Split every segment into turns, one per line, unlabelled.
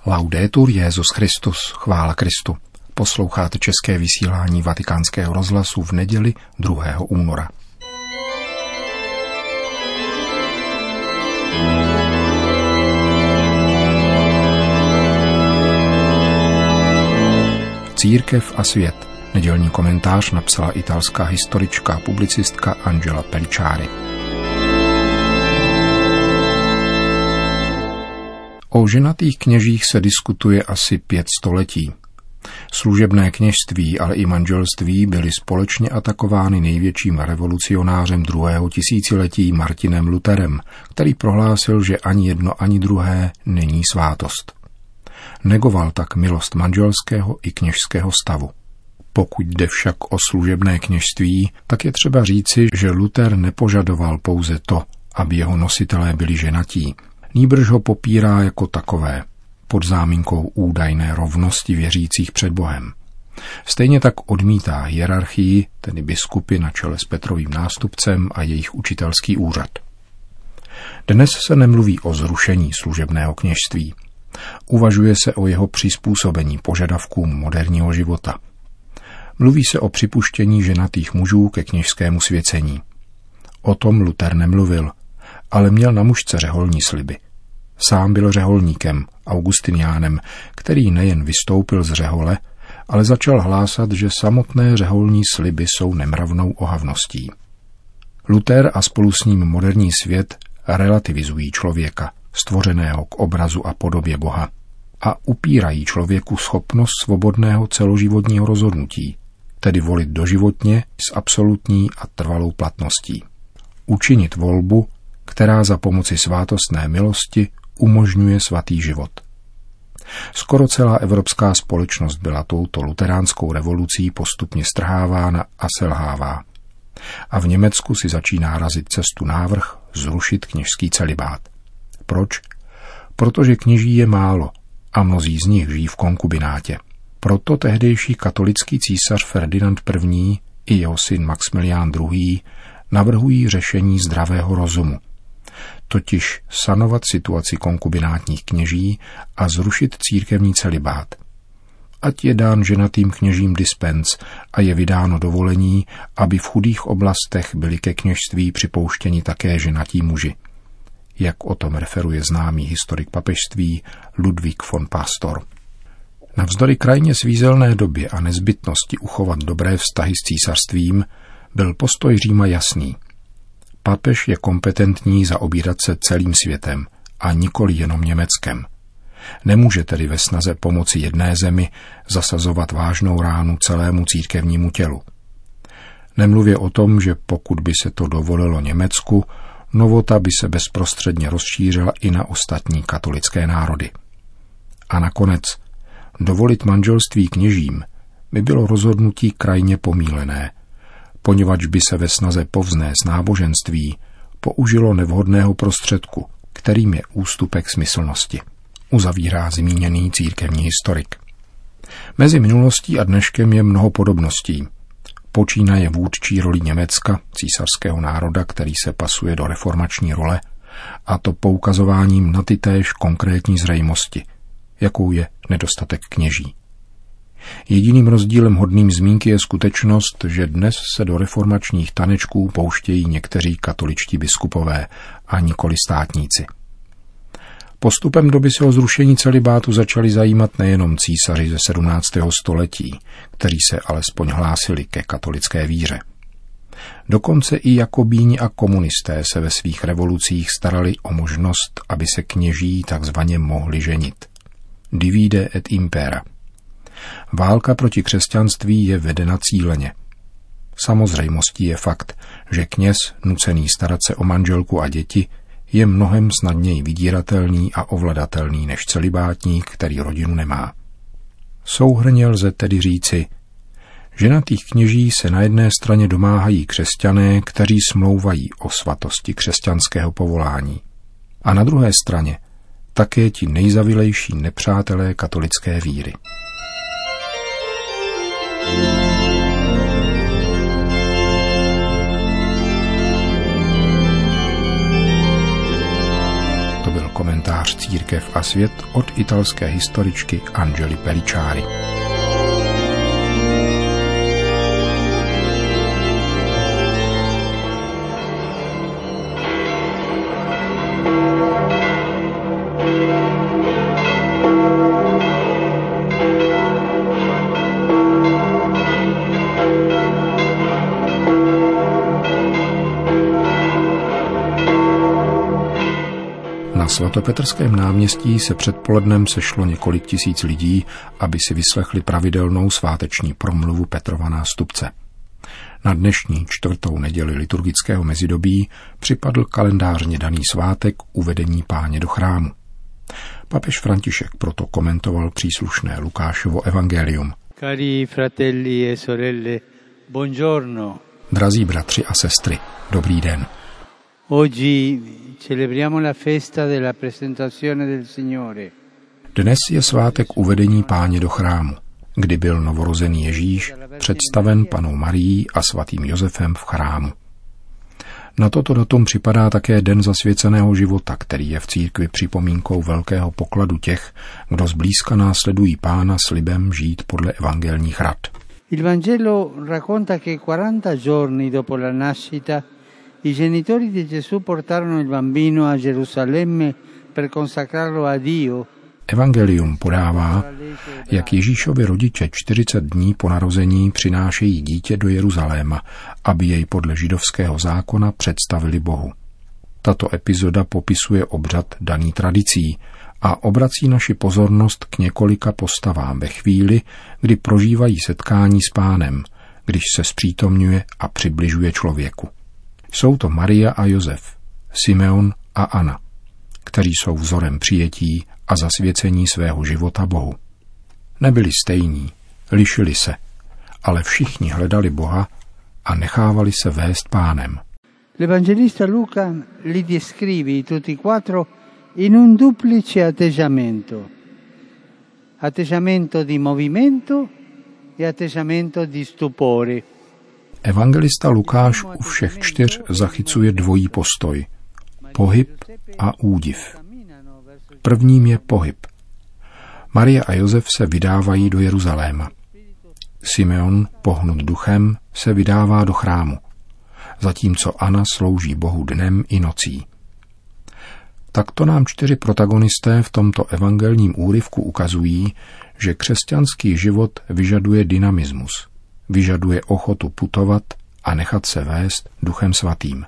Laudetur Jesus Christus, chvála Kristu. Posloucháte české vysílání Vatikánského rozhlasu v neděli 2. února. Církev a svět. Nedělní komentář napsala italská historička a publicistka Angela Pellicciari. O ženatých kněžích se diskutuje asi 5 století. Služebné kněžství, ale i manželství byly společně atakovány největším revolucionářem 2. tisíciletí Martinem Lutherem, který prohlásil, že ani jedno, ani druhé není svátost. Negoval tak milost manželského i kněžského stavu. Pokud jde však o služebné kněžství, tak je třeba říci, že Luther nepožadoval pouze to, aby jeho nositelé byli ženatí. Nýbrž ho popírá jako takové, pod záminkou údajné rovnosti věřících před Bohem. Stejně tak odmítá hierarchii, tedy biskupy na čele s Petrovým nástupcem a jejich učitelský úřad. Dnes se nemluví o zrušení služebného kněžství. Uvažuje se o jeho přizpůsobení požadavkům moderního života. Mluví se o připuštění ženatých mužů ke kněžskému svěcení. O tom Luther nemluvil, ale měl na mužce řeholní sliby. Sám byl řeholníkem, Augustiniánem, který nejen vystoupil z řehole, ale začal hlásat, že samotné řeholní sliby jsou nemravnou ohavností. Luther a spolu s ním moderní svět relativizují člověka, stvořeného k obrazu a podobě Boha, a upírají člověku schopnost svobodného celoživotního rozhodnutí, tedy volit doživotně s absolutní a trvalou platností. Učinit volbu, která za pomoci svátostné milosti umožňuje svatý život. Skoro celá evropská společnost byla touto luteránskou revolucí postupně strhávána a selhává. A v Německu si začíná razit cestu návrh zrušit kněžský celibát. Proč? Protože kněží je málo a mnozí z nich žijí v konkubinátě. Proto tehdejší katolický císař Ferdinand I. i jeho syn Maxmilián II. Navrhují řešení zdravého rozumu, totiž sanovat situaci konkubinátních kněží a zrušit církevní celibát. Ať je dán ženatým kněžím dispens a je vydáno dovolení, aby v chudých oblastech byli ke kněžství připouštěni také ženatí muži. Jak o tom referuje známý historik papežství Ludwig von Pastor. Navzdory krajně svízelné době a nezbytnosti uchovat dobré vztahy s císařstvím byl postoj Říma jasný. Papež je kompetentní zaobírat se celým světem a nikoli jenom Německem. Nemůže tedy ve snaze pomoci jedné zemi zasazovat vážnou ránu celému církevnímu tělu. Nemluvě o tom, že pokud by se to dovolilo Německu, novota by se bezprostředně rozšířila i na ostatní katolické národy. A nakonec, dovolit manželství kněžím by bylo rozhodnutí krajně pomílené, poněvadž by se ve snaze povznést náboženství použilo nevhodného prostředku, kterým je ústupek smyslnosti, uzavírá zmíněný církevní historik. Mezi minulostí a dneškem je mnoho podobností. Počínaje vůdčí roli Německa, císařského národa, který se pasuje do reformační role, a to poukazováním na tytéž konkrétní zřejmosti, jakou je nedostatek kněží. Jediným rozdílem hodným zmínky je skutečnost, že dnes se do reformačních tanečků pouštějí někteří katoličtí biskupové a nikoli státníci. Postupem doby se o zrušení celibátu začali zajímat nejenom císaři ze 17. století, kteří se alespoň hlásili ke katolické víře. Dokonce i jakobíni a komunisté se ve svých revolucích starali o možnost, aby se kněží takzvaně mohli ženit. Divide et impera. Válka proti křesťanství je vedena cíleně. Samozřejmostí je fakt, že kněz, nucený starat se o manželku a děti, je mnohem snadněji vydíratelný a ovladatelný než celibátník, který rodinu nemá. Souhrnně lze tedy říci, ženatých kněží se na jedné straně domáhají křesťané, kteří smlouvají o svatosti křesťanského povolání, a na druhé straně také ti nejzavilejší nepřátelé katolické víry. Komentář Církev a svět od italské historičky Angely Pellicciari. Na svatopetrském náměstí se předpolednem sešlo několik tisíc lidí, aby si vyslechli pravidelnou sváteční promluvu Petrova nástupce. Na dnešní 4. neděli liturgického mezidobí připadl kalendářně daný svátek Uvedení Páně do chrámu. Papež František proto komentoval příslušné Lukášovo evangelium.
Cari fratelli e sorelle, buongiorno.
Drazí bratři a sestry, dobrý den.
Oggi celebriamo la festa della presentazione del Signore.
Dnes je svátek Uvedení Páně do chrámu, kdy byl novorozený Ježíš představen Pannou Marií a svatým Josefem v chrámu. Na toto datum připadá také Den zasvěceného života, který je v církvi připomínkou velkého pokladu těch, kdo zblízka následují Pána slibem žít podle evangelních rad.
Il Vangelo racconta che 40 giorni dopo la nascita i genitori di Gesù portarono il bambino a Gerusalemme per consacrarlo a Dio.
Evangelium podává, jak Ježíšovi rodiče 40 dní po narození přinášejí dítě do Jeruzaléma, aby jej podle židovského zákona představili Bohu. Tato epizoda popisuje obřad daný tradicí a obrací naši pozornost k několika postavám ve chvíli, kdy prožívají setkání s Pánem, když se zpřítomňuje a přibližuje člověku. Jsou to Maria a Josef, Simeon a Anna, kteří jsou vzorem přijetí a zasvěcení svého života Bohu. Nebyli stejní, lišili se, ale všichni hledali Boha a nechávali se vést Pánem.
L'Evangelista Luca li descrive tutti quattro in un duplice atteggiamento. Atteggiamento di movimento e atteggiamento di stupore.
Evangelista Lukáš u všech 4 zachycuje dvojí postoj, pohyb a údiv. Prvním je pohyb. Marie a Josef se vydávají do Jeruzaléma. Simeon, pohnut duchem, se vydává do chrámu, zatímco Anna slouží Bohu dnem i nocí. Takto nám 4 protagonisté v tomto evangelním úryvku ukazují, že křesťanský život vyžaduje dynamismus, vyžaduje ochotu putovat a nechat se vést Duchem Svatým.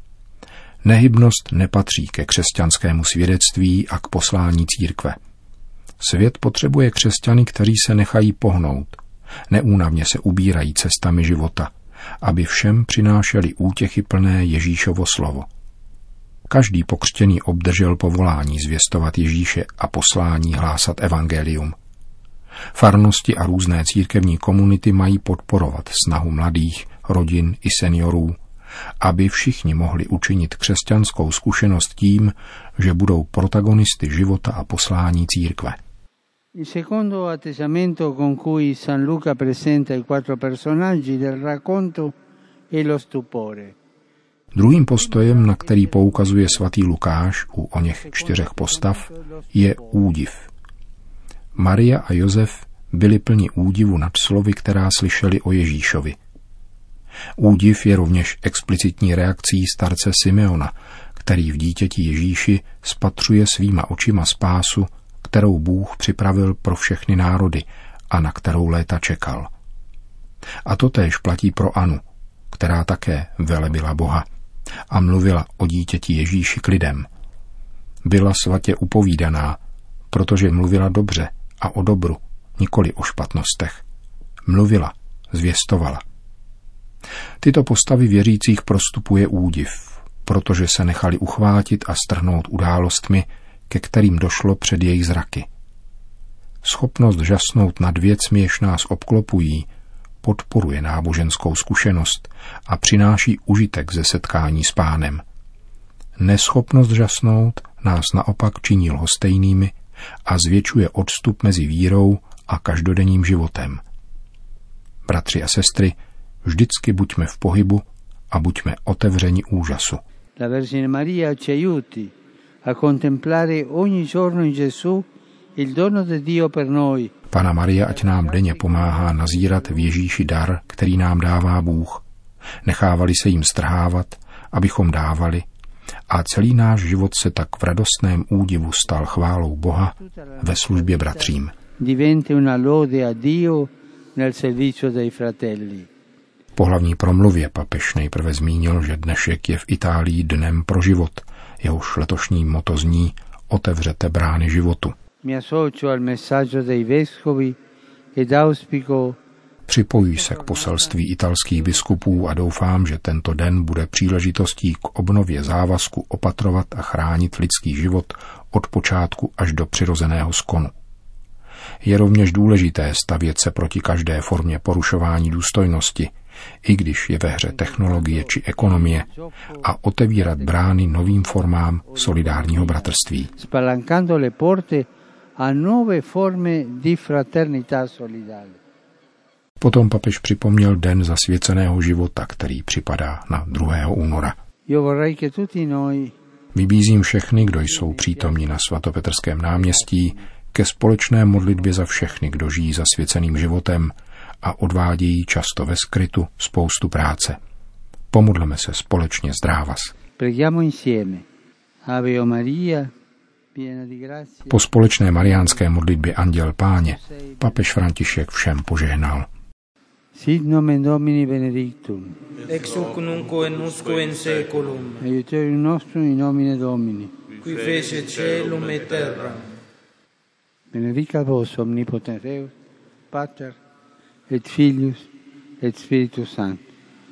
Nehybnost nepatří ke křesťanskému svědectví a k poslání církve. Svět potřebuje křesťany, kteří se nechají pohnout, neúnavně se ubírají cestami života, aby všem přinášeli útěchy plné Ježíšovo slovo. Každý pokřtěný obdržel povolání zvěstovat Ježíše a poslání hlásat evangelium. Farnosti a různé církevní komunity mají podporovat snahu mladých, rodin i seniorů, aby všichni mohli učinit křesťanskou zkušenost tím, že budou protagonisty života a poslání církve.
Il secondo atteggiamento con cui San Luca presenta i 4 personaggi del racconto è lo stupore.
Druhým postojem, na který poukazuje svatý Lukáš u oněch 4 postav, je údiv. Maria a Josef byli plni údivu nad slovy, která slyšeli o Ježíšovi. Údiv je rovněž explicitní reakcí starce Simeona, který v dítěti Ježíši spatřuje svýma očima spásu, kterou Bůh připravil pro všechny národy a na kterou léta čekal. A to též platí pro Anu, která také velebila Boha a mluvila o dítěti Ježíši k lidem. Byla svatě upovídaná, protože mluvila dobře a o dobru, nikoli o špatnostech. Mluvila, zvěstovala. Tyto postavy věřících prostupuje údiv, protože se nechali uchvátit a strhnout událostmi, ke kterým došlo před jejich zraky. Schopnost žasnout nad věcmi, jež nás obklopují, podporuje náboženskou zkušenost a přináší užitek ze setkání s Pánem. Neschopnost žasnout nás naopak činí lhostejnými a zvětšuje odstup mezi vírou a každodenním životem. Bratři a sestry, vždycky buďme v pohybu a buďme otevřeni úžasu.
La Vergine Maria ci aiuti a contemplare ogni giorno in Gesù il dono di Dio per noi.
Panna Maria ať nám denně pomáhá nazírat v Ježíši dar, který nám dává Bůh. Nechávali se jim strhávat, abychom dávali, a celý náš život se tak v radostném údivu stal chválou Boha ve službě bratřím.
Diventa una lode a Dio nel servizio dei fratelli.
Po hlavní promluvě papež nejprve zmínil, že dnešek je v Itálii dnem pro život, jehož letošní motto zní Otevřete brány životu. Připojuji se k poselství italských biskupů a doufám, že tento den bude příležitostí k obnově závazku opatrovat a chránit lidský život od počátku až do přirozeného skonu. Je rovněž důležité stavět se proti každé formě porušování důstojnosti, i když je ve hře technologie či ekonomie, a otevírat brány novým formám solidárního bratrství. Potom papež připomněl den zasvěceného života, který připadá na 2. února. Vybízím všechny, kdo jsou přítomní na svatopetrském náměstí, ke společné modlitbě za všechny, kdo žijí zasvěceným životem a odvádějí často ve skrytu spoustu práce. Pomodleme se společně zdrávas. Po společné mariánské modlitbě Anděl Páně papež František všem požehnal.
Sit nomen Domini benedictum.
Ex hoc nunc et usque in saeculum.
Aiuterium nostrum in nomine Domini.
Qui fece caelum et terra.
Benedicat vos omnipotens Deus, Pater et Filius et Spiritus Sanctus.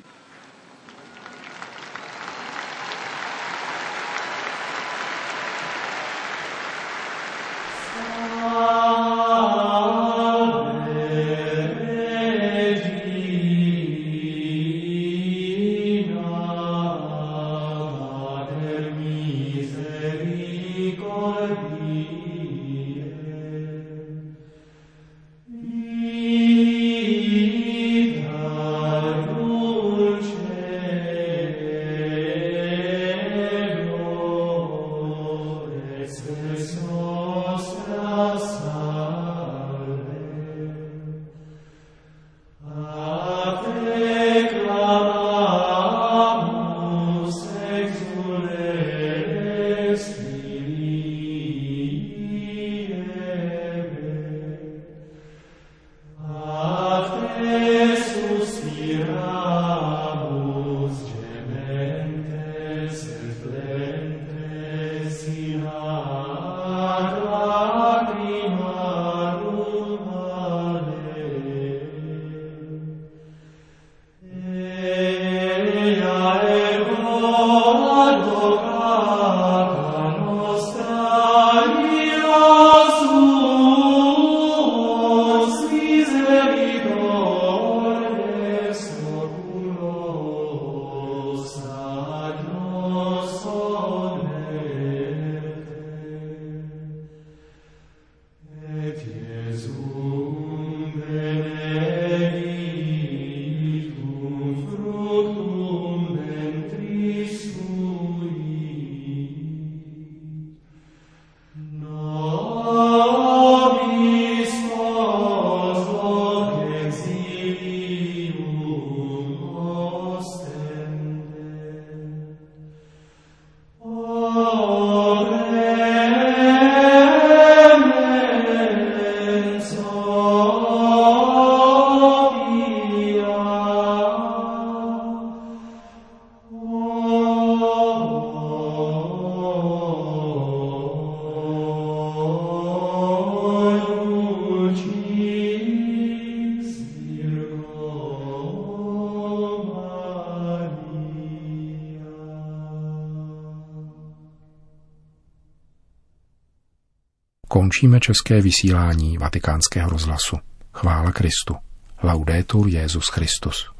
Končíme české vysílání Vatikánského rozhlasu. Chvála Kristu. Laudetur Jesus Christus.